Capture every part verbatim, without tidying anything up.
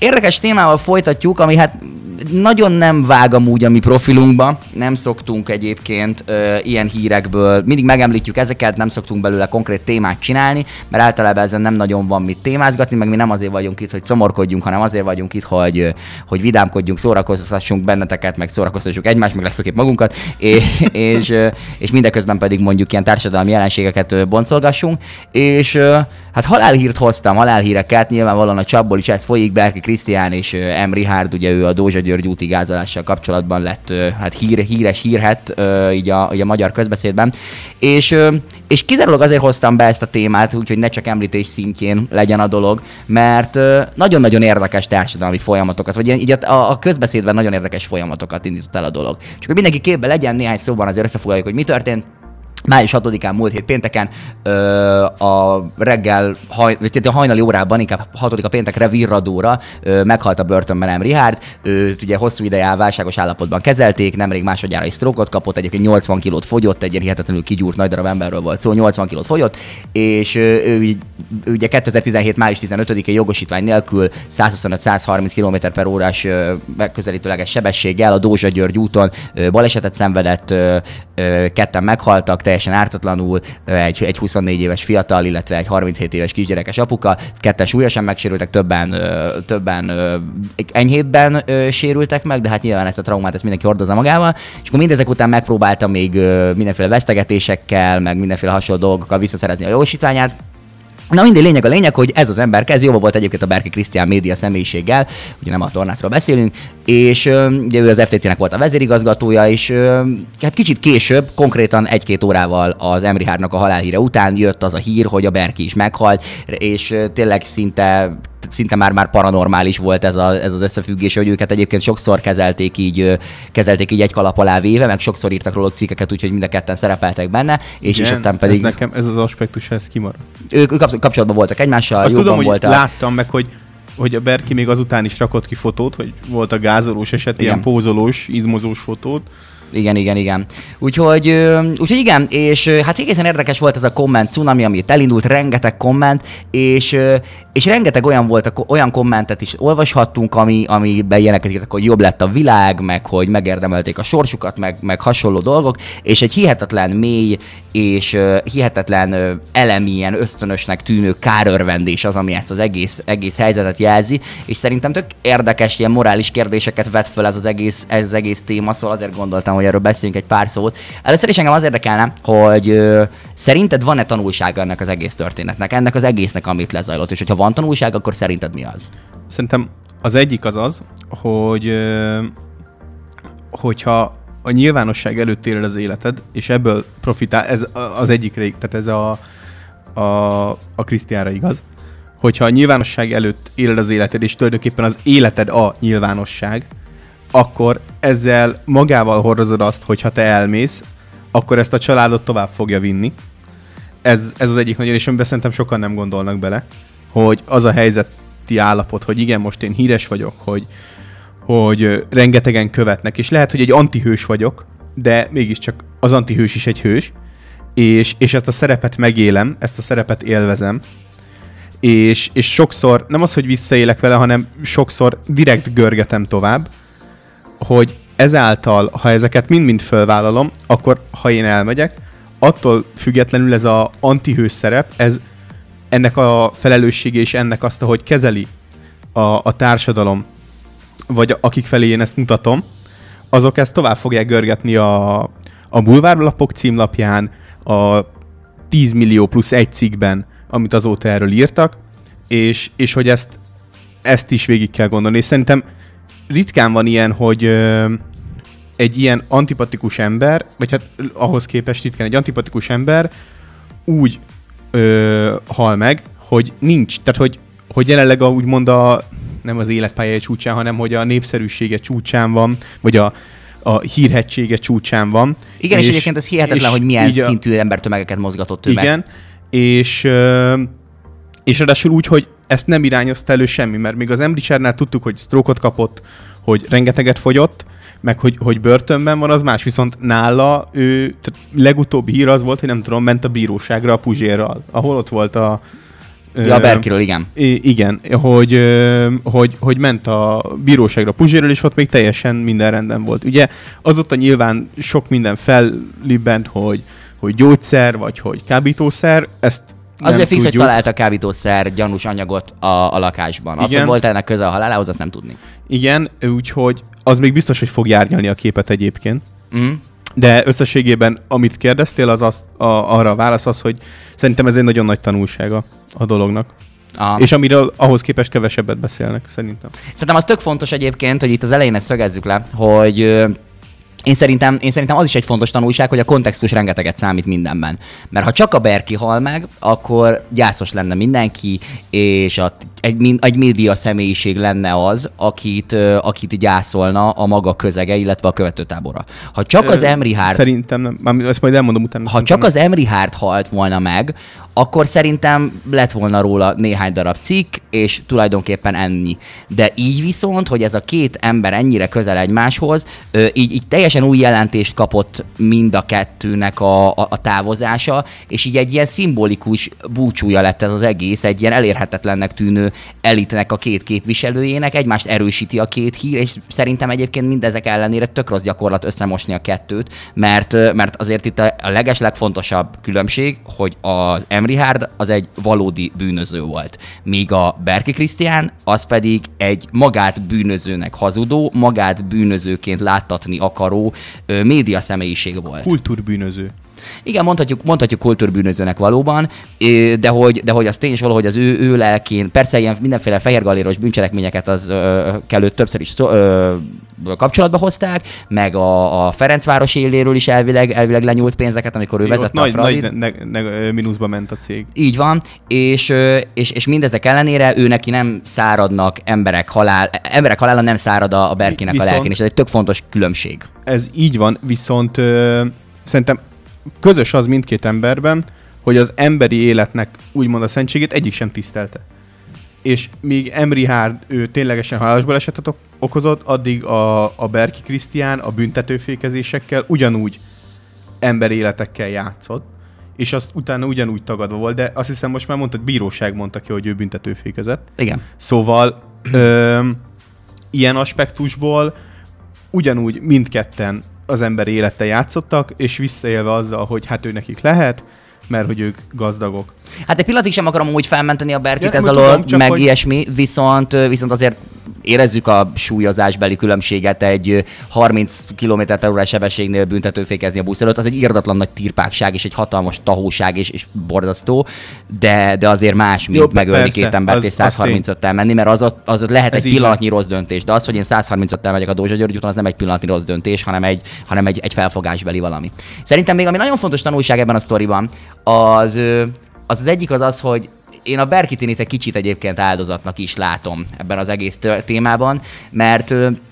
érdekes témával folytatjuk, ami hát nagyon nem vág amúgy a mi profilunkba, nem szoktunk egyébként ö, ilyen hírekből, mindig megemlítjük ezeket, nem szoktunk belőle konkrét témát csinálni, mert általában ezen nem nagyon van mit témázgatni, meg mi nem azért vagyunk itt, hogy szomorkodjunk, hanem azért vagyunk itt, hogy, hogy vidámkodjunk, szórakoztassunk benneteket, meg szórakoztassuk egymást, meg legfőképp magunkat, és, és, és mindeközben pedig mondjuk ilyen társadalmi jelenségeket boncolgassunk, és hát halálhírt hoztam, halálhíreket, nyilvánvalóan a csapból is ez folyik, Berki Krisztián és M. Richárd, ugye ő a Dózsa György úti gázolással kapcsolatban lett hát hír, híres hírhet így a, így a magyar közbeszédben, és, és kizárólag azért hoztam be ezt a témát, úgyhogy ne csak említés szintjén legyen a dolog, mert nagyon-nagyon érdekes társadalmi folyamatokat, vagy így a, a közbeszédben nagyon érdekes folyamatokat indított el a dolog. Csak hogy mindenki képbe legyen, néhány szóban azért összefoglaljuk, hogy mi történt. május hatodikán múlt hét pénteken ö, a reggel, haj, vagy a hajnali órában, inkább hatodika péntekre virradóra ö, meghalt a börtönben M. Richárd. Őt ugye hosszú ideje válságos állapotban kezelték, nemrég másodjára is sztrókot kapott, egyébként nyolcvan kilót fogyott, egy ilyen hihetetlenül kigyúrt nagy darab emberről volt szó, nyolcvan kilót fogyott, és ő, ő, ő ugye kétezer-tizenhét. május tizenötödikén jogosítvány nélkül százhuszonöt-százharminc kilométer per órás ö, megközelítőleges sebességgel a Dózsa György úton ö, balesetet szenvedett, ö, ö, ketten meghaltak, teljesen ártatlanul, egy, egy huszonnégy éves fiatal, illetve egy harminchét éves kisgyerekes apuka, ketten súlyosan megsérültek, többen, többen enyhébben sérültek meg, de hát nyilván ezt a traumát ezt mindenki hordozza magával, és akkor mindezek után megpróbáltam még mindenféle vesztegetésekkel, meg mindenféle hasonló dolgokkal visszaszerezni a jogosítványát. Na mindegy, lényeg a lényeg, hogy ez az ember kezd, jobban volt egyébként a Berki Krisztián média személyiséggel, ugye nem a tornászról beszélünk, és ugye ő az ef té cének volt a vezérigazgatója, és hát kicsit később, konkrétan egy-két órával az M. Richárdnak a halálhíre után jött az a hír, hogy a Berki is meghalt, és tényleg szinte szinte már, már paranormális volt ez, a, ez az összefüggés, hogy őket egyébként sokszor kezelték így, kezelték így egy kalap alá véve, meg sokszor írtak róluk cikkeket, úgyhogy mind a ketten szerepeltek benne, és, és aztán pedig... Ez nekem, ez az aspektus, ez kimarad. Ők, ők kapcsolatban voltak egymással, azt jobban tudom, hogy voltak. Láttam meg, hogy hogy a Berki még azután is rakott ki fotót, hogy volt a gázolós eset, igen. Ilyen pózolós, izmozós fotót. Igen, igen, igen. Úgyhogy, úgyhogy igen, és hát egészen érdekes volt ez a komment cunami, ami itt elindult, rengeteg komment, és, és rengeteg olyan volt, olyan kommentet is olvashattunk, ami, amiben ilyeneket írtak, hogy jobb lett a világ, meg hogy megérdemelték a sorsukat, meg, meg hasonló dolgok, és egy hihetetlen mély és hihetetlen elemi, ilyen ösztönösnek tűnő kárörvendés az, ami ezt az egész, egész helyzetet jelzi, és szerintem tök érdekes ilyen morális kérdéseket vet föl ez az egész, ez az egész téma, szóval azért gondoltam, hogy erről beszéljünk egy pár szót. Először is engem az érdekelne, hogy ö, szerinted van-e tanulsága ennek az egész történetnek, ennek az egésznek, amit lezajlott, és hogyha van tanulság, akkor szerinted mi az? Szerintem az egyik az az, hogy ö, hogyha a nyilvánosság előtt éled az életed, és ebből profitál, ez az egyik rég, tehát ez a, a, a Krisztiánra igaz, hogyha a nyilvánosság előtt éled az életed, és tulajdonképpen az életed a nyilvánosság, akkor ezzel magával hordozod azt, hogy ha te elmész, akkor ezt a családot tovább fogja vinni. Ez, ez az egyik nagyon, és amiben szerintem sokan nem gondolnak bele, hogy az a helyzeti állapot, hogy igen, most én híres vagyok, hogy, hogy rengetegen követnek, és lehet, hogy egy antihős vagyok, de mégiscsak az antihős is egy hős, és, és ezt a szerepet megélem, ezt a szerepet élvezem, és, és sokszor, nem az, hogy visszaélek vele, hanem sokszor direkt görgetem tovább, hogy ezáltal, ha ezeket mind-mind fölvállalom, akkor ha én elmegyek, attól függetlenül ez az antihős szerep, ez ennek a felelőssége és ennek azt, hogy kezeli a, a társadalom, vagy akik felé én ezt mutatom, azok ezt tovább fogják görgetni a, a bulvárlapok címlapján, a tíz millió plusz egy cikkben, amit azóta erről írtak, és, és hogy ezt, ezt is végig kell gondolni. És szerintem ritkán van ilyen, hogy ö, egy ilyen antipatikus ember, vagy hát ahhoz képest ritkán egy antipatikus ember úgy ö, hal meg, hogy nincs, tehát hogy, hogy jelenleg a, úgymond a, nem az életpálya csúcsán, hanem hogy a népszerűsége csúcsán van, vagy a, a hírhedtsége csúcsán van. Igen, és, és egyébként ez hihetetlen, hogy milyen szintű a, embertömegeket mozgatott ő igen, meg. És, ö, és ráadásul úgy, hogy ezt nem irányozta elő semmi, mert még az M. Richardnál tudtuk, hogy sztrókot kapott, hogy rengeteget fogyott, meg hogy, hogy börtönben van, az más, viszont nála ő, tehát legutóbbi hír az volt, hogy nem tudom, ment a bíróságra a Puzsérral, ahol ott volt a Ja, a Berkiről, igen. Igen, hogy, hogy, hogy ment a bíróságra Puzsérről, és ott még teljesen minden rendben volt. Ugye azóta nyilván sok minden fellibbent, hogy, hogy gyógyszer, vagy hogy kábítószer, ezt az ugye fix, hogy találta kábítószer gyanús anyagot a, a lakásban. Az, hogy volt ennek köze a halálához, azt nem tudni. Igen, úgyhogy az még biztos, hogy fog járnyalni a képet egyébként. Mm. De összességében, amit kérdeztél, az, az a, arra a válasz az, hogy szerintem ez egy nagyon nagy tanulsága a dolognak. Aha. És amiről ahhoz képest kevesebbet beszélnek, szerintem. Szerintem az tök fontos egyébként, hogy itt az elején ezt szögezzük le, hogy Én szerintem, én szerintem az is egy fontos tanulság, hogy a kontextus rengeteget számít mindenben. Mert ha csak a Berki hal meg, akkor gyászos lenne mindenki, és a, egy, egy média személyiség lenne az, akit, akit gyászolna a maga közege, illetve a követőtábora. Ha csak az Emrihárd... Szerintem nem, ezt majd elmondom utána. Ha csak az Emrihárd halt volna meg, akkor szerintem lett volna róla néhány darab cikk, és tulajdonképpen ennyi. De így viszont, hogy ez a két ember ennyire közel egymáshoz, így, így teljesen új jelentést kapott mind a kettőnek a, a, a távozása, és így egy ilyen szimbolikus búcsúja lett ez az egész, egy ilyen elérhetetlennek tűnő elitnek a két képviselőjének, egymást erősíti a két hír, és szerintem egyébként mindezek ellenére tök rossz gyakorlat összemosni a kettőt, mert, mert azért itt a, a legeslegfontosabb különbség, hogy az Emrihárd az egy valódi bűnöző volt, míg a Berki Krisztián az pedig egy magát bűnözőnek hazudó, magát bűnözőként láttatni akaró ö, média személyiség volt. Kultúrbűnöző. Igen, mondhatjuk, mondhatjuk kultúrbűnözőnek valóban, de hogy, de hogy az tény is valahogy az ő, ő lelkén, persze ilyen mindenféle fehérgaléros bűncselekményeket az ö, kellőtt többször is szó, ö, kapcsolatba hozták, meg a, a Ferencváros éléről is elvileg, elvileg lenyúlt pénzeket, amikor ő vezette a Fradit. Nagy ne, ne, ne, mínuszba ment a cég. Így van, és, és, és mindezek ellenére ő neki nem száradnak emberek halál, emberek halála nem szárad a Berkinek viszont, a lelkén, és ez egy tök fontos különbség. Ez így van, viszont ö, szerintem közös az mindkét emberben, hogy az emberi életnek úgymond a szentségét egyik sem tisztelte. És míg Emrihárd ő ténylegesen halálos balesetet okozott, addig a, a Berki Krisztián a büntetőfékezésekkel ugyanúgy emberi életekkel játszott, és azt utána ugyanúgy tagadva volt, de azt hiszem most már mondtad, bíróság mondta ki, hogy ő büntetőfékezett. Igen. Szóval ö, ilyen aspektusból ugyanúgy mindketten az emberi élettel játszottak, és visszaélve azzal, hogy hát ő nekik lehet, mert hogy ők gazdagok. Hát egy pillanatig sem akarom úgy felmenteni a Berkit ja, ez alól, meg hogy... ilyesmi, viszont, viszont azért érezzük a súlyozásbeli különbséget egy harminc kilométer per órás sebességnél büntetőfékezni a busz előtt, az egy irdatlan nagy tirpákság és egy hatalmas tahóság és, és borzasztó, de, de azért más, mint Jó, megölni persze, két embert az, és száz harmincöttel menni, mert az ott, az ott lehet ez egy pillanatnyi rossz döntés, de az, hogy én száz harmincöttel megyek a Dózsa György úton, az nem egy pillanatnyi rossz döntés, hanem egy, hanem egy, egy felfogásbeli valami. Szerintem még ami nagyon fontos tanulság ebben a sztoriban, az az, az egyik az az, hogy én a Berkit én itt egy kicsit egyébként áldozatnak is látom ebben az egész témában, mert,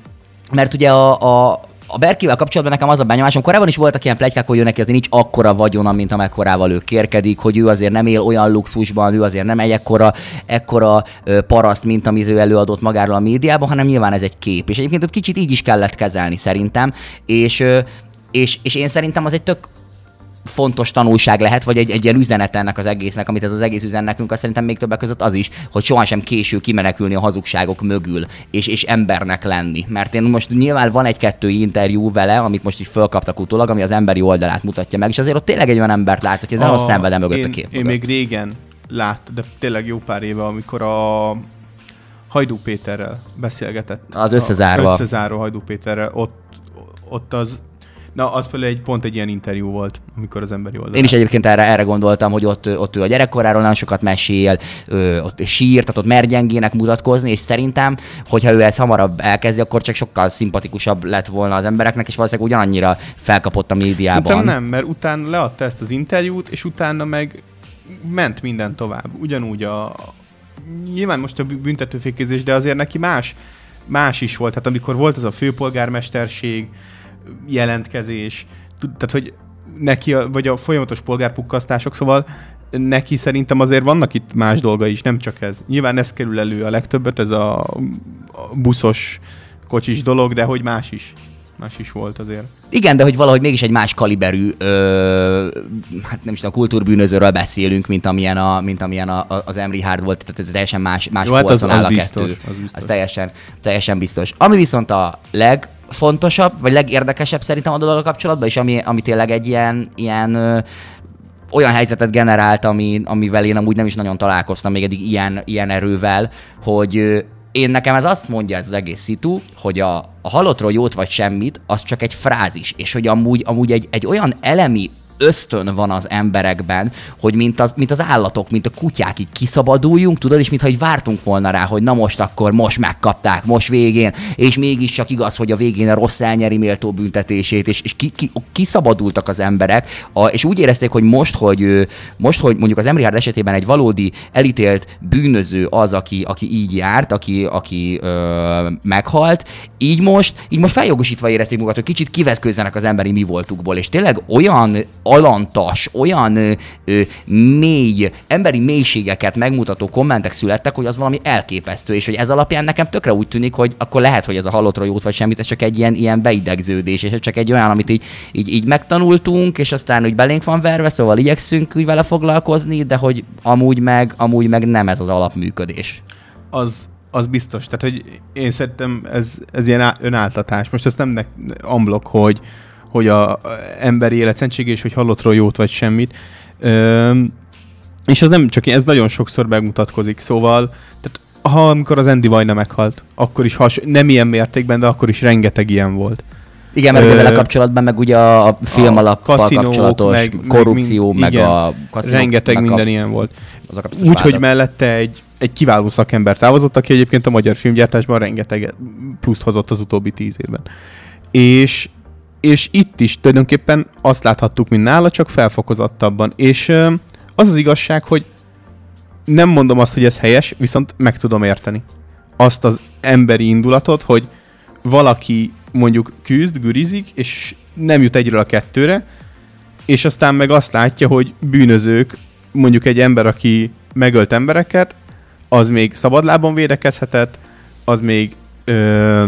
mert ugye a, a, a Berkivel kapcsolatban nekem az a benyomásom, korábban is voltak ilyen pletykák, hogy ő neki azért nincs akkora vagyona, mint amekkorával ő kérkedik, hogy ő azért nem él olyan luxusban, ő azért nem egy ekkora, ekkora paraszt, mint amit ő előadott magáról a médiában, hanem nyilván ez egy kép. És egyébként ott kicsit így is kellett kezelni szerintem, és, és, és én szerintem az egy tök fontos tanulság lehet, vagy egy, egy ilyen üzenet ennek az egésznek, amit ez az egész üzen nekünk, azt szerintem még többek között az is, hogy sohasem késő kimenekülni a hazugságok mögül, és, és embernek lenni. Mert én most nyilván van egy-kettő interjú vele, amit most így fölkaptak utólag, ami az emberi oldalát mutatja meg, és azért ott tényleg egy olyan embert látsz, aki ez nem szenved mögött a kép mögött. Én még régen láttam, de tényleg jó pár éve, amikor a Hajdú Péterrel beszélgetett. Az összezárva. Az összezáró Hajdú Péterrel, ott, ott az Na, az például egy, pont egy ilyen interjú volt, amikor az emberi oldalán. Én is egyébként erre, erre gondoltam, hogy ott, ott ő a gyerekkoráról nagyon sokat mesél, ő, ott sír, tehát ott mer gyengének mutatkozni, és szerintem, hogyha ő ezt hamarabb elkezdi, akkor csak sokkal szimpatikusabb lett volna az embereknek, és valószínűleg ugyanannyira felkapott a médiában. Szerintem nem, mert utána leadta ezt az interjút, és utána meg ment minden tovább. Ugyanúgy a... Nyilván most a büntetőfékezés, de azért neki más, más is volt. Hát amikor volt az a főpolgármesterség, jelentkezés, tehát hogy neki, a, vagy a folyamatos polgárpukkasztások, szóval neki szerintem azért vannak itt más dolga is, nem csak ez. Nyilván ez kerül elő a legtöbbet, ez a buszos, kocsis dolog, de hogy más is. más is volt azért. Igen, de hogy valahogy mégis egy más kaliberű, ö, hát nem is tudom, kultúrbűnözőről beszélünk, mint amilyen, a, mint amilyen a, az Emery Hard volt, tehát ez teljesen más, más Jó, hát polcon az, áll az a biztos, kettő. az biztos. Az teljesen, teljesen biztos. Ami viszont a legfontosabb, vagy legérdekesebb szerintem a dologgal kapcsolatban, és ami, ami tényleg egy ilyen, ilyen ö, olyan helyzetet generált, ami, amivel én amúgy nem is nagyon találkoztam még eddig ilyen, ilyen erővel, hogy ö, én nekem ez azt mondja ez az egész szitu, hogy a, a halottról jót vagy semmit, az csak egy frázis, és hogy amúgy, amúgy egy, egy olyan elemi ösztön van az emberekben, hogy mint az, mint az állatok, mint a kutyák, így kiszabaduljunk, tudod, és mintha így vártunk volna rá, hogy na most akkor, most megkapták, most végén, és mégiscsak igaz, hogy a végén a rossz elnyeri méltó büntetését, és, és ki, ki, kiszabadultak az emberek, a, és úgy érezték, hogy most, hogy most, hogy mondjuk az Emery Hard esetében egy valódi elítélt bűnöző az, aki, aki így járt, aki, aki ö, meghalt, így most, így most feljogosítva érezték magukat, hogy kicsit kivetkőzzenek az emberi mi voltukból, és tényleg olyan alantas, olyan ö, ö, mély, emberi mélységeket megmutató kommentek születtek, hogy az valami elképesztő, és hogy ez alapján nekem tökre úgy tűnik, hogy akkor lehet, hogy ez a halottról jót vagy semmit, ez csak egy ilyen, ilyen beidegződés, és ez csak egy olyan, amit így, így, így megtanultunk, és aztán úgy belénk van verve, szóval igyekszünk úgy vele foglalkozni, de hogy amúgy meg, amúgy meg nem ez az alapműködés. Az, az biztos. Tehát, hogy én szerintem ez, ez ilyen önáltatás. Most ezt nem ne, unblock, hogy hogy a, a emberi élet szentsége, és hogy halottról jót vagy semmit. Üm, és ez nem csak, ez nagyon sokszor megmutatkozik, szóval, tehát ha amikor az Andy Vajna meghalt, akkor is has, nem ilyen mértékben, de akkor is rengeteg ilyen volt. Igen, mert Ö, ugye vele kapcsolatban, meg ugye a film alappal kapcsolatos meg, korrupció, meg, meg, meg a kaszinók. Rengeteg meg minden a, ilyen volt. Úgyhogy mellette egy, egy kiváló szakember távozott, aki egyébként a magyar filmgyártásban rengeteg pluszt hozott az utóbbi tíz évben. És És itt is tulajdonképpen azt láthattuk, mint nála, csak felfokozottabban. És ö, az az igazság, hogy nem mondom azt, hogy ez helyes, viszont meg tudom érteni. Azt az emberi indulatot, hogy valaki mondjuk küzd, gürizik, és nem jut egyről a kettőre, és aztán meg azt látja, hogy bűnözők, mondjuk egy ember, aki megölt embereket, az még szabadlábon védekezhetett, az még... Ö,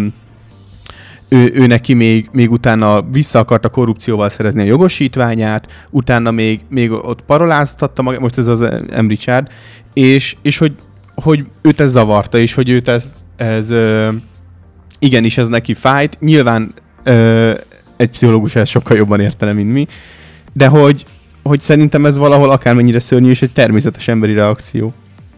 Ő, ő neki még, még utána vissza akarta korrupcióval szerezni a jogosítványát, utána még, még ott paroláztatta magát, most ez az Emery Hard, és, és hogy, hogy őt ez zavarta, és hogy őt ez, ez ö, igenis ez neki fájt. Nyilván ö, egy pszichológus ezt sokkal jobban értene, mint mi, de hogy, hogy szerintem ez valahol akármennyire szörnyű, és egy természetes emberi reakció.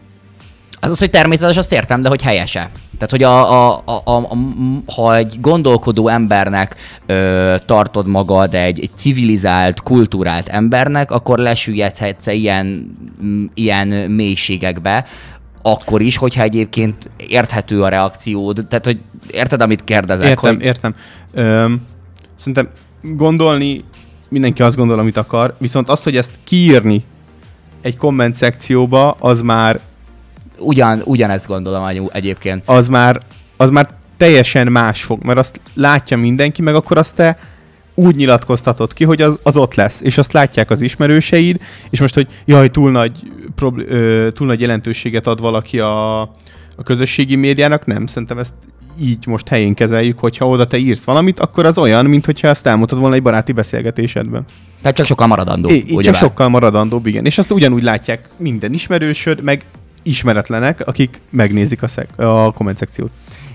Az az, hogy természetes, azt értem, de hogy helyese. Tehát, hogy a, a, a, a, a, ha egy gondolkodó embernek ö, tartod magad egy, egy civilizált, kulturált embernek, akkor lesüllyedhetsz ilyen, ilyen mélységekbe, akkor is, hogyha egyébként érthető a reakciód. Tehát, hogy érted, amit kérdezek? Értem, hogy... értem. Öm, szerintem gondolni, mindenki azt gondol, amit akar, viszont azt, hogy ezt kiírni egy komment szekcióba, az már Ugyan, ugyanezt gondolom egyébként. Az már, az már teljesen más fog, mert azt látja mindenki, meg akkor azt te úgy nyilatkoztatod ki, hogy az, az ott lesz, és azt látják az ismerőseid, és most, hogy jaj, túl nagy, problé- ö, túl nagy jelentőséget ad valaki a, a közösségi médiának, nem, szerintem ezt így most helyén kezeljük, hogyha oda te írsz valamit, akkor az olyan, mint hogyha ezt elmondtad volna egy baráti beszélgetésedben. Tehát csak sokkal maradandóbb. É, csak bár? sokkal maradandóbb, igen. És azt ugyanúgy látják minden ismerősöd, meg ismeretlenek, akik megnézik a, szek- a komment szekciót.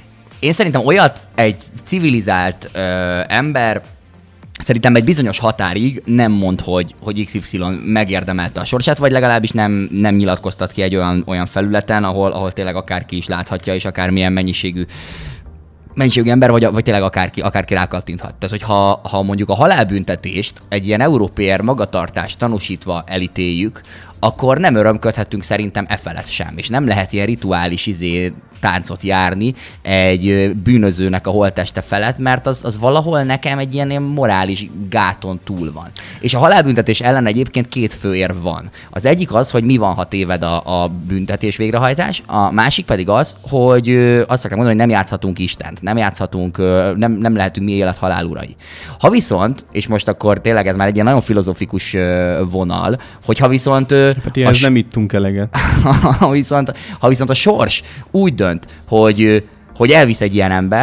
Én szerintem olyat egy civilizált ö, ember szerintem egy bizonyos határig nem mond, hogy, hogy iksz ipszilon megérdemelte a sorsát, vagy legalábbis nem, nem nyilatkoztat ki egy olyan, olyan felületen, ahol, ahol tényleg akárki is láthatja, és akármilyen mennyiségű mennyiségű ember, vagy, vagy tényleg akárki, akárki rákattinthat. Tehát, hogy ha, ha mondjuk a halálbüntetést egy ilyen európér magatartást tanúsítva elítéljük, akkor nem örömködhetünk szerintem e felett sem. És nem lehet ilyen rituális izé táncot járni egy bűnözőnek a holtteste felett, mert az, az valahol nekem egy ilyen, ilyen morális gáton túl van. És a halálbüntetés ellen egyébként két fő érv van. Az egyik az, hogy mi van, ha téved a, a büntetés végrehajtás, a másik pedig az, hogy azt szokták mondani, hogy nem játszhatunk Istent, nem játszhatunk, nem, nem lehetünk mi élet-halál urai. Ha viszont, és most akkor tényleg ez már egy ilyen nagyon filozofikus vonal, hogyha viszont... Hát ilyen, nem ittunk eleget. ha, viszont, ha viszont a sors úgy dönt, hogy, hogy elvisz egy ilyen embert,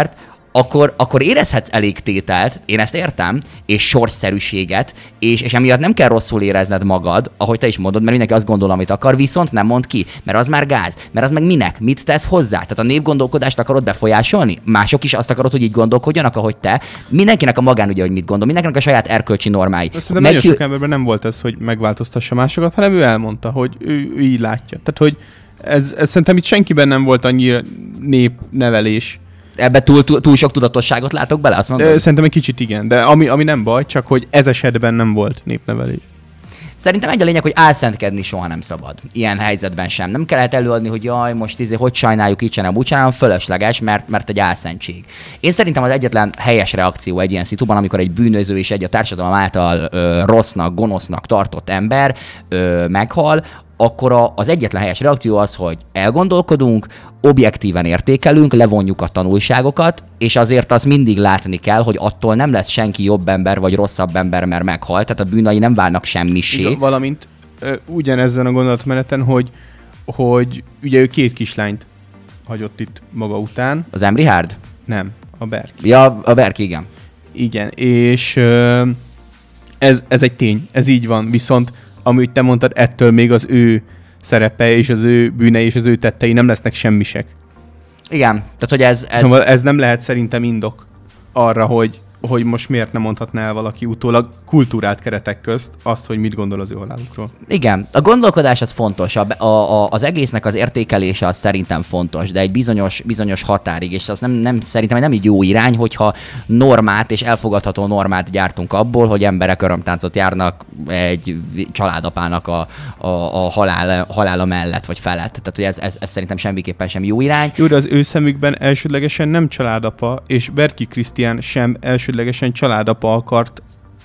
akkor, akkor érezhetsz elégtételt, én ezt értem, és sorszerűséget, és, és emiatt nem kell rosszul érezned magad, ahogy te is mondod, mert mindenki azt gondol, amit akar, viszont nem mond ki, mert az már gáz, mert az meg minek, mit tesz hozzá? Tehát a népgondolkodást akarod befolyásolni? Mások is azt akarod, hogy így gondolkodjanak, ahogy te. Mindenkinek a magánügye, hogy mit gondol, mindenkinek a saját erkölcsi normái. Szerintem nagyon sok emberben nem volt ez, hogy megváltoztassa másokat, hanem ő elmondta, hogy ő, ő így látja. Tehát, hogy ez, ez szerintem itt senkiben nem volt annyi népnevelés. Ebbe túl, túl, túl sok tudatosságot látok bele, azt mondom? Szerintem egy kicsit igen, de ami, ami nem baj, csak hogy ez esetben nem volt népnevelés. Szerintem egy a lényeg, hogy álszentkedni soha nem szabad. Ilyen helyzetben sem. Nem kellett előadni, hogy jaj, most izé, hogy sajnáljuk, így csinálom, úgy csinálom, fölösleges, mert, mert egy álszentség. Én szerintem az egyetlen helyes reakció egy ilyen szituban, amikor egy bűnöző és egy a társadalom által ö, rossznak, gonosznak tartott ember ö, meghal, akkor a, az egyetlen helyes reakció az, hogy elgondolkodunk, objektíven értékelünk, levonjuk a tanulságokat, és azért azt mindig látni kell, hogy attól nem lesz senki jobb ember vagy rosszabb ember, mert meghalt, tehát a bűnai nem válnak semmissé. Igen, valamint ö, ugyanezen a gondolatmeneten, hogy, hogy ugye ő két kislányt hagyott itt maga után. Az Emrihárd? Nem, a Berki. Ja, a Berki, igen. Igen, és ö, ez, ez egy tény, ez így van, viszont amit te mondtad, ettől még az ő szerepe és az ő bűnei és az ő tettei nem lesznek semmisek. Igen, tehát hogy ez... ez... Szóval ez nem lehet szerintem indok arra, hogy, hogy most miért nem mondhatná el valaki utólag kultúrált keretek közt azt, hogy mit gondol az ő halálukról. Igen, a gondolkodás az fontos, a, a, a, az egésznek az értékelése az szerintem fontos, de egy bizonyos, bizonyos határig, és az nem, nem, szerintem nem egy jó irány, hogyha normát és elfogadható normát gyártunk abból, hogy emberek örömtáncot járnak egy családapának a, a, a halála, halála mellett vagy felett. Tehát hogy ez, ez, ez szerintem semmiképpen sem jó irány. Jó, de az ő szemükben elsődlegesen nem családapa, és Berki Krisztián sem elsődlegesen családapa akart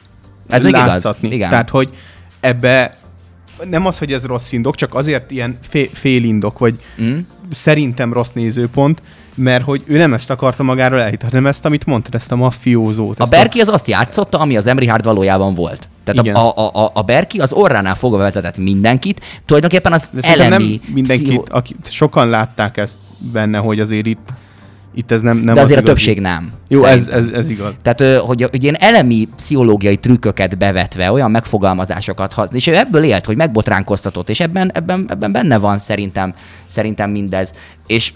ez látszatni. Igen. Tehát, hogy ebbe nem az, hogy ez rossz indok, csak azért ilyen fél, fél indok, vagy mm. szerintem rossz nézőpont, mert hogy ő nem ezt akarta magáról elhitetni, hanem ezt, amit mondtad, ezt a maffiózót. A Berki a... az azt játszotta, ami az Emrihárd valójában volt. Tehát a, a, a, a Berki az orránál fogva vezetett mindenkit, tulajdonképpen az de elemi... nem mindenkit, pszicho... aki, sokan látták ezt benne, hogy azért itt Itt ez nem, nem de azért a igazi. többség nem. Jó, ez, ez, ez igaz. Tehát, hogy, hogy ilyen elemi pszichológiai trükköket bevetve, olyan megfogalmazásokat használni, és ő ebből élt, hogy megbotránkoztatott, és ebben, ebben, ebben benne van szerintem, szerintem mindez. És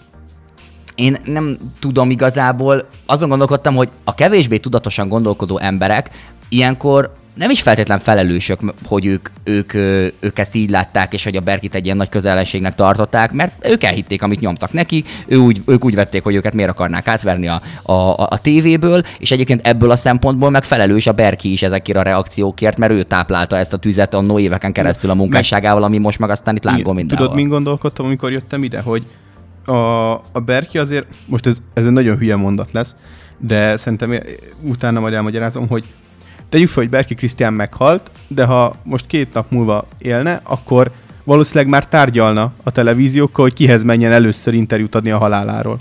én nem tudom igazából, azon gondolkodtam, hogy a kevésbé tudatosan gondolkodó emberek ilyenkor nem is feltétlen felelősök, hogy ők, ők, ők ezt így látták, és hogy a Berkit egy ilyen nagy közellenségnek tartották, mert ők elhitték, amit nyomtak neki, ő úgy, ők úgy vették, hogy őket miért akarnák átverni a, a, a tévéből, és egyébként ebből a szempontból meg felelős a Berki is ezekért a reakciókért, mert ő táplálta ezt a tüzet annó éveken keresztül a munkásságával, ami most meg aztán itt lángol mindenhol. Tudod, min gondolkodtam, amikor jöttem ide, hogy a, a Berki azért, most ez, ez egy nagyon hülye mondat lesz, de szerintem utána majd elmagyarázom, hogy tegyük fel, hogy Berki Krisztián meghalt, de ha most két nap múlva élne, akkor valószínűleg már tárgyalna a televíziókkal, hogy kihez menjen először interjút adni a haláláról.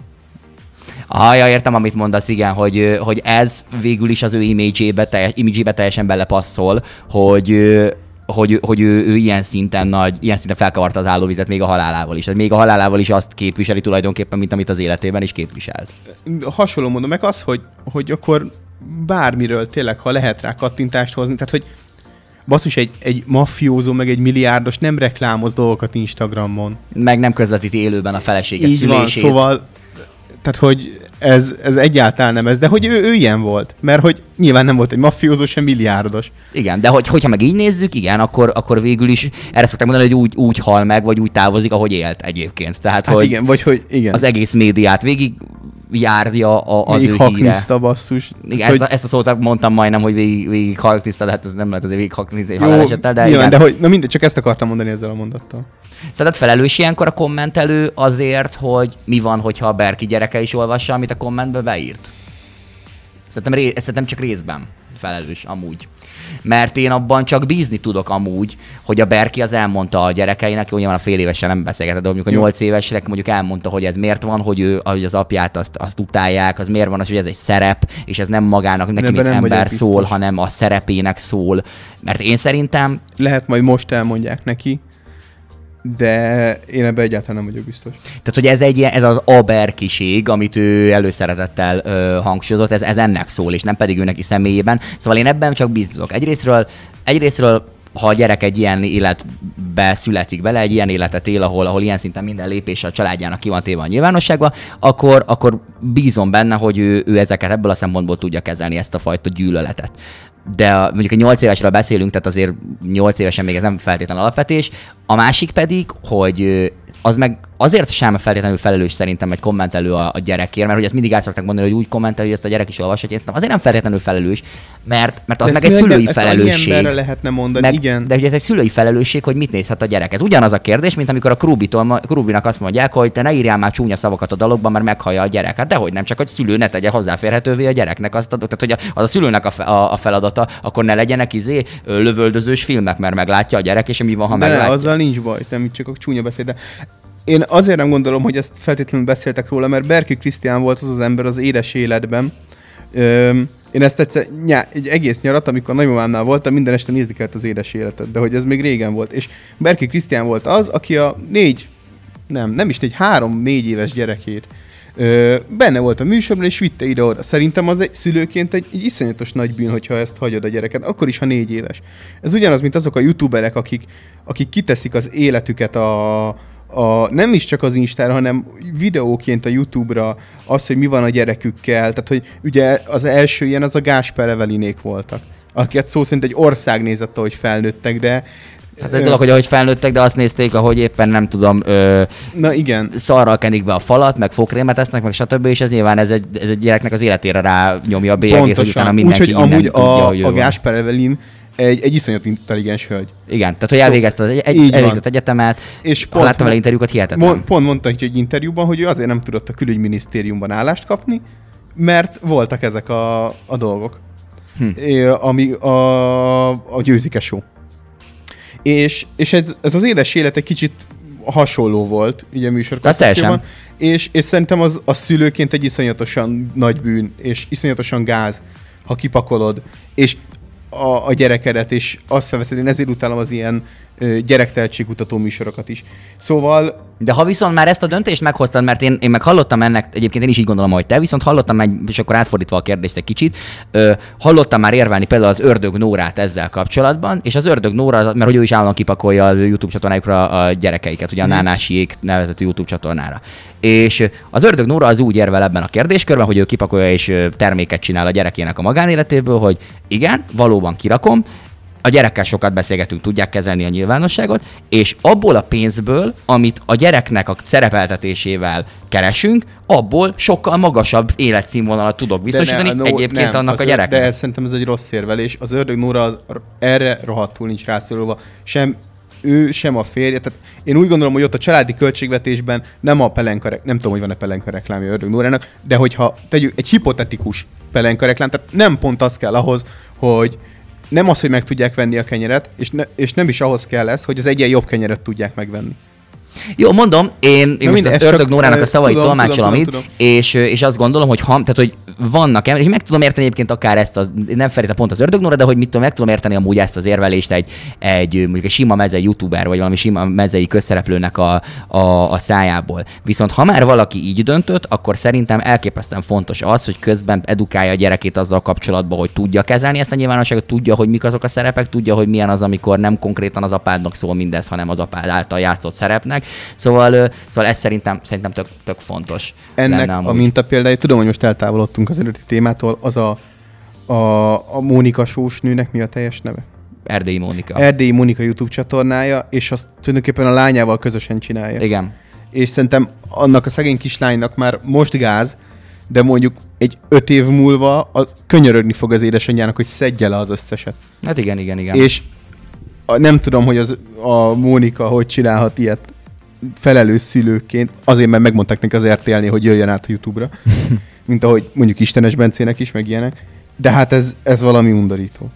Ah, ja, értem, amit mondasz, igen, hogy, hogy ez végül is az ő image-ébe, teljes, image-ébe teljesen belepasszol, hogy, hogy, hogy ő, ő ilyen szinten nagy, ilyen szinten felkavarta az állóvizet még a halálával is. Tehát még a halálával is azt képviseli tulajdonképpen, mint amit az életében is képviselt. Hasonló mondom, meg az, hogy, hogy akkor bármiről tényleg, ha lehet rá kattintást hozni, tehát hogy basszus, egy, egy maffiózó, meg egy milliárdos nem reklámoz dolgokat Instagramon. Meg nem közvetíti élőben a felesége így szülését. Van, szóval, tehát hogy ez, ez egyáltalán nem ez, de hogy ő, ő ilyen volt, mert hogy nyilván nem volt egy maffiózó, sem milliárdos. Igen, de hogy, hogyha meg így nézzük, igen, akkor, akkor végül is erre szokták mondani, hogy úgy, úgy hal meg, vagy úgy távozik, ahogy élt egyébként. Tehát, hát hogy, igen, vagy hogy igen. Az egész médiát végig járja a, az végig ő híre. hakniszta, basszus. Igen, hogy... ezt, a, ezt a szót mondtam majdnem, hogy végig, végig hakniszta, de hát ez nem lehet azért végig hakniszta egy halálesettel, de igen. igen. De hogy, na mindegy, csak ezt akartam mondani ezzel a mondattal. Szerinted felelős ilyenkor a kommentelő azért, hogy mi van, hogyha a Berki gyereke is olvassa, amit a kommentbe beírt? Szerintem, ré, szerintem csak részben felelős amúgy. Mert én abban csak bízni tudok amúgy, hogy a Berki az elmondta a gyerekeinek, jó, nyilván a fél évesen nem beszélgetett, de mondjuk a nyolc évesnek mondjuk elmondta, hogy ez miért van, hogy, ő, hogy az apját azt, azt utálják, az miért van az, hogy ez egy szerep, és ez nem magának, neki mint ember szól, hanem a szerepének szól. Mert én szerintem... Lehet majd most elmondják neki, de én ebben egyáltalán nem vagyok biztos. Tehát, hogy ez egy ilyen, ez az aberkiség, amit ő előszeretettel ö, hangsúlyozott, ez, ez ennek szól, és nem pedig ő neki személyében. Szóval én ebben csak bízok. Egyrésztről, egyrésztről ha a gyerek egy ilyen életbe születik bele, egy ilyen életet él, ahol, ahol ilyen szinten minden lépése a családjának ki van téve a nyilvánosságba, akkor, akkor bízom benne, hogy ő, ő ezeket ebből a szempontból tudja kezelni, ezt a fajta gyűlöletet. De a, mondjuk egy nyolc évesről beszélünk, tehát azért nyolc évesen még ez nem feltétlenül alapvetés. A másik pedig, hogy az meg azért sem feltétlenül felelős szerintem egy kommentelő a, a gyerekért, mert hogy ezt mindig el szokták mondani, hogy úgy kommentelő, hogy ezt a gyerek is olvashatja, ezt nem. Azért nem feltétlenül felelős, mert, mert az meg egy szülői ezt felelősség. Ezt lehetne mondani, meg, igen. De ugye ez egy szülői felelősség, hogy mit nézhet a gyerek. Ez ugyanaz a kérdés, mint amikor a Krúbitól, Krúbinak azt mondják, hogy te ne írjál már csúnya szavakat a dalokban, mert meghallja a gyerek. Hát dehogy nem, csak hogy szülő ne tegye hozzáférhetővé a gyereknek azt adott. Tehát, hogy az a szülőnek a, fe, a, a feladata, akkor ne legyenek izé lövöldözős filmek, mert meglátja a gyerek, és mi van, ha de meglátja. Azzal nincs baj, nem csak a csúnya beszéd, de én azért nem gondolom, hogy ezt feltétlenül beszéltek róla, mert Berki Krisztián volt az az ember az édes életben. Öm, én ezt egyszer nyá, egy egész nyarat, amikor nagymamámnál voltam, minden este nézni kellett az édes életet, de hogy ez még régen volt. És Berki Krisztián volt az, aki a négy, nem, nem is egy három-négy éves gyerekét ö, benne volt a műsorban, és vitte ide-oda. Szerintem az egy szülőként egy, egy iszonyatos nagy bűn, hogyha ezt hagyod a gyereket, akkor is, ha négy éves. Ez ugyanaz, mint azok a youtuberek, akik, akik kiteszik az életüket a A, nem is csak az Instára, hanem videóként a YouTube-ra az, hogy mi van a gyerekükkel. Tehát, hogy ugye az első ilyen az a Gásper Evelinék voltak, akiket szó szerint egy ország nézett, ahogy felnőttek, de... Hát egy dolog, hogy ahogy felnőttek, de azt nézték, ahogy éppen nem tudom, ö, na igen. szarral kenik be a falat, meg fokrémet esznek, meg stb. És ez nyilván ez egy, ez egy gyereknek az életére rá nyomja a bélyegét, hogy utána mindenki úgy, hogy innen amúgy tudja, a, hogy a ő Gásper Evelin egy, egy iszonyat intelligens hölgy. Igen, tehát hogy elvégezte az egy, egy, elvégzett egyetemet, és pont, láttam vele interjúkat, hihetetlen. Pont, pont mondta egy interjúban, hogy ő azért nem tudott a külügyminisztériumban állást kapni, mert voltak ezek a, a dolgok, hm. ami a, a Győzike Show. És, és ez, ez az édes élet egy kicsit hasonló volt, ugye műsorkoncepcióban, és, és szerintem az a szülőként egy iszonyatosan nagy bűn, és iszonyatosan gáz, ha kipakolod, és a, a gyerekedet, és azt felveszed, én ezért utálom az ilyen ö, gyerektehetségkutató műsorokat is. Szóval... De ha viszont már ezt a döntést meghoztad, mert én, én meg hallottam ennek, egyébként én is így gondolom, hogy te, viszont hallottam meg, és akkor átfordítva a kérdést egy kicsit, ö, hallottam már érvelni például az Ördög Nórát ezzel kapcsolatban, és az Ördög Nóra, mert hogy ő is állandóan kipakolja a YouTube csatornájukra a gyerekeiket, ugye a hmm. Nánásiék nevezetű YouTube csatornára. És az Ördög Nóra az úgy érvel ebben a kérdéskörben, hogy ő kipakolja és terméket csinál a gyerekének a magánéletéből, hogy igen, valóban kirakom, a gyerekkel sokat beszélgetünk, tudják kezelni a nyilvánosságot, és abból a pénzből, amit a gyereknek a szerepeltetésével keresünk, abból sokkal magasabb életszínvonalat tudok biztosítani ne, no, egyébként nem, annak a gyereknek. De ez, szerintem ez egy rossz érvelés. Az Ördög Nóra az, erre rohadtul nincs rászorulva. Sem ő, sem a férje. Tehát én úgy gondolom, hogy ott a családi költségvetésben nem a pelenka, nem tudom, hogy van-e pelenka reklámja Ördög Nórának, de hogyha tegyük egy hipotetikus pelenka reklám, tehát nem pont az kell ahhoz, hogy nem az, hogy meg tudják venni a kenyeret, és, ne, és nem is ahhoz kell ez, hogy az egyen jobb kenyeret tudják megvenni. Jó, mondom, én, én most az Ördög Nórának a szavait tolmácsolom itt, és, és azt gondolom, hogy, ha, tehát, hogy vannak emberek, és meg tudom érteni egyébként akár ezt, a, nem feltétlenül pont az Ördög Nóra, de hogy mit tudom, meg tudom érteni amúgy ezt az érvelést egy, egy mondjuk egy sima mezei youtuber, vagy valami sima mezei közszereplőnek a, a, a szájából. Viszont ha már valaki így döntött, akkor szerintem elképesztően fontos az, hogy közben edukálja a gyerekét azzal kapcsolatban, hogy tudja kezelni ezt a nyilvánosságot, tudja, hogy mik azok a szerepek, tudja, hogy milyen az, amikor nem konkrétan az apádnak szól mindez, hanem az apád által játszott szerepnek. Szóval, szóval ez szerintem, szerintem tök, tök fontos. Ennek a mintapéldája, tudom, hogy most eltávolodtunk az eredeti témától, az a, a, a Mónika Sós nőnek mi a teljes neve? Erdélyi Mónika. Erdélyi Mónika YouTube csatornája, és azt tulajdonképpen a lányával közösen csinálja. Igen. És szerintem annak a szegény kislánynak már most gáz, de mondjuk egy öt év múlva az könyörögni fog az édesanyjának, hogy szedje le az összeset. Hát igen, igen, igen. És a, nem tudom, hogy az, a Mónika hogy csinálhat ilyet felelős szülőként, azért, mert megmondták neki az er té el-nél, hogy jöjjön át a YouTube-ra, mint ahogy mondjuk Istenes Bencének is, meg ilyenek. De hát ez, ez valami undorító.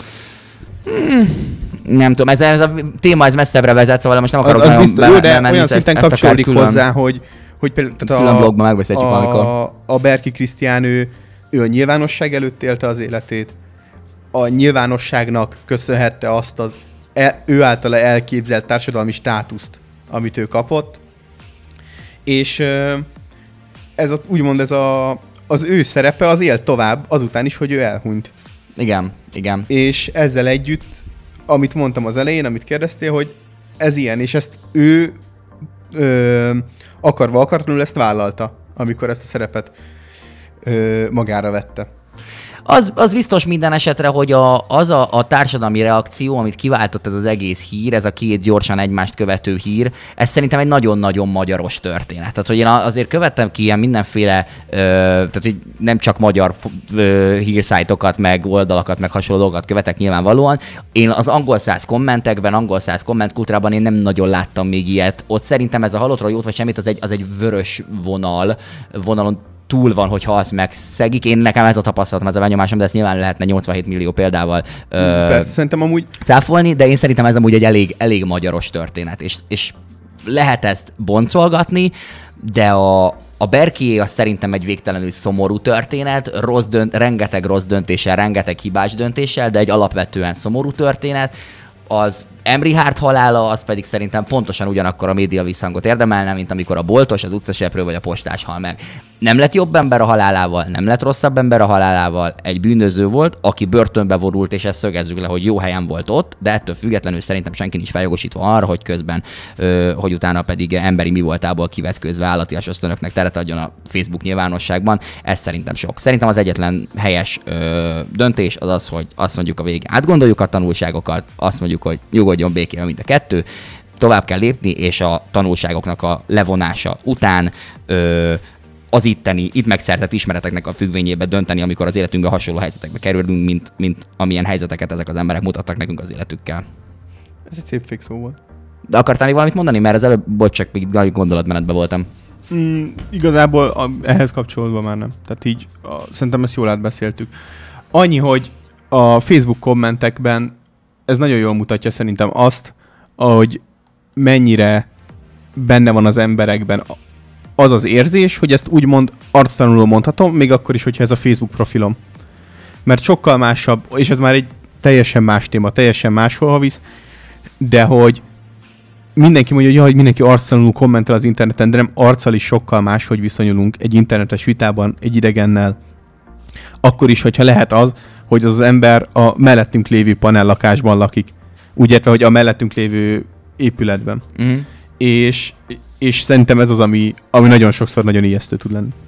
Hmm. Nem tudom, ez, ez a téma ez messzebbre vezet, szóval most nem akarok az, az nagyon be, jó, de bemenni, olyan szinten kapcsolódik külön, hozzá, hogy, hogy például tehát külön a, blogban megbeszéltjük valamikor. A, a Berki Krisztián, ő, ő a nyilvánosság előtt élte az életét. A nyilvánosságnak köszönhette azt az el, ő általa elképzelt társadalmi státuszt, amit ő kapott. És ez a, úgymond ez a, az ő szerepe az él tovább, azután is, hogy ő elhunyt. Igen, igen. És ezzel együtt, amit mondtam az elején, amit kérdeztél, hogy ez ilyen, és ezt ő ö, akarva akartlanul ezt vállalta, amikor ezt a szerepet ö, magára vette. Az, az biztos minden esetre, hogy a, az a, a társadalmi reakció, amit kiváltott ez az egész hír, ez a két gyorsan egymást követő hír, ez szerintem egy nagyon-nagyon magyaros történet. Tehát, hogy én azért követtem ki ilyen mindenféle, ö, tehát, hogy nem csak magyar ö, hírszájtokat, meg oldalakat, meg hasonló dolgokat követek nyilvánvalóan. Én az angol száz kommentekben, angol száz kommentkultúrában én nem nagyon láttam még ilyet. Ott szerintem ez a halottról jót vagy semmit, az egy, az egy vörös vonal, vonalon túl van, hogyha azt megszegik. Én nekem ez a tapasztalatom, ez a benyomásom, de ezt nyilván lehetne nyolcvanhét millió példával ö, Persze, szerintem amúgy cáfolni, de én szerintem ez amúgy egy elég, elég magyaros történet, és, és lehet ezt boncolgatni, de a, a Berkeyé az szerintem egy végtelenül szomorú történet, rossz dönt, rengeteg rossz döntéssel, rengeteg hibás döntéssel, de egy alapvetően szomorú történet. Az Emerhard halála, az pedig szerintem pontosan ugyanakkor a média visszhangot érdemelne, mint amikor a boltos, az utcaseprő vagy a postás hal meg. Nem lett jobb ember a halálával, nem lett rosszabb ember a halálával, egy bűnöző volt, aki börtönbe vonult, és ezt szögezzük le, hogy jó helyen volt ott, de ettől függetlenül szerintem senki nincs feljogosítva arra, hogy közben, ö, hogy utána pedig emberi mi voltából kivetközve állatias ösztönöknek teret adjon a Facebook nyilvánosságban. Ez szerintem sok. Szerintem az egyetlen helyes ö, döntés az az, hogy azt mondjuk a végén átgondoljuk a tanulságokat, azt mondjuk, hogy nyugodjon békében mind a kettő, tovább kell lépni, és a tanulságoknak a levonása után ö, az itteni, itt megszertett ismereteknek a függvényében dönteni, amikor az életünkben hasonló helyzetekbe kerülünk, mint, mint amilyen helyzeteket ezek az emberek mutattak nekünk az életükkel. Ez egy szép fix szó volt. De akartál még valamit mondani? Mert az előbb, bocs, csak még gondolatmenetben voltam. Mm, igazából a, ehhez kapcsolódva már nem. Tehát így a, szerintem ezt jól átbeszéltük. Annyi, hogy a Facebook kommentekben ez nagyon jól mutatja szerintem azt, hogy mennyire benne van az emberekben az az érzés, hogy ezt úgymond arctalanul mondhatom, még akkor is, hogyha ez a Facebook profilom. Mert sokkal másabb, és ez már egy teljesen más téma, teljesen máshol visz, de hogy mindenki mondja, hogy, ja, hogy mindenki arctalanul kommentel az interneten, de nem, arccal is sokkal máshogy viszonyulunk egy internetes vitában egy idegennel. Akkor is, hogyha lehet az, hogy az, az ember a mellettünk lévő panellakásban lakik. Úgy értve, hogy a mellettünk lévő épületben. Mm. És, és szerintem ez az, ami, ami nagyon sokszor nagyon ijesztő tud lenni.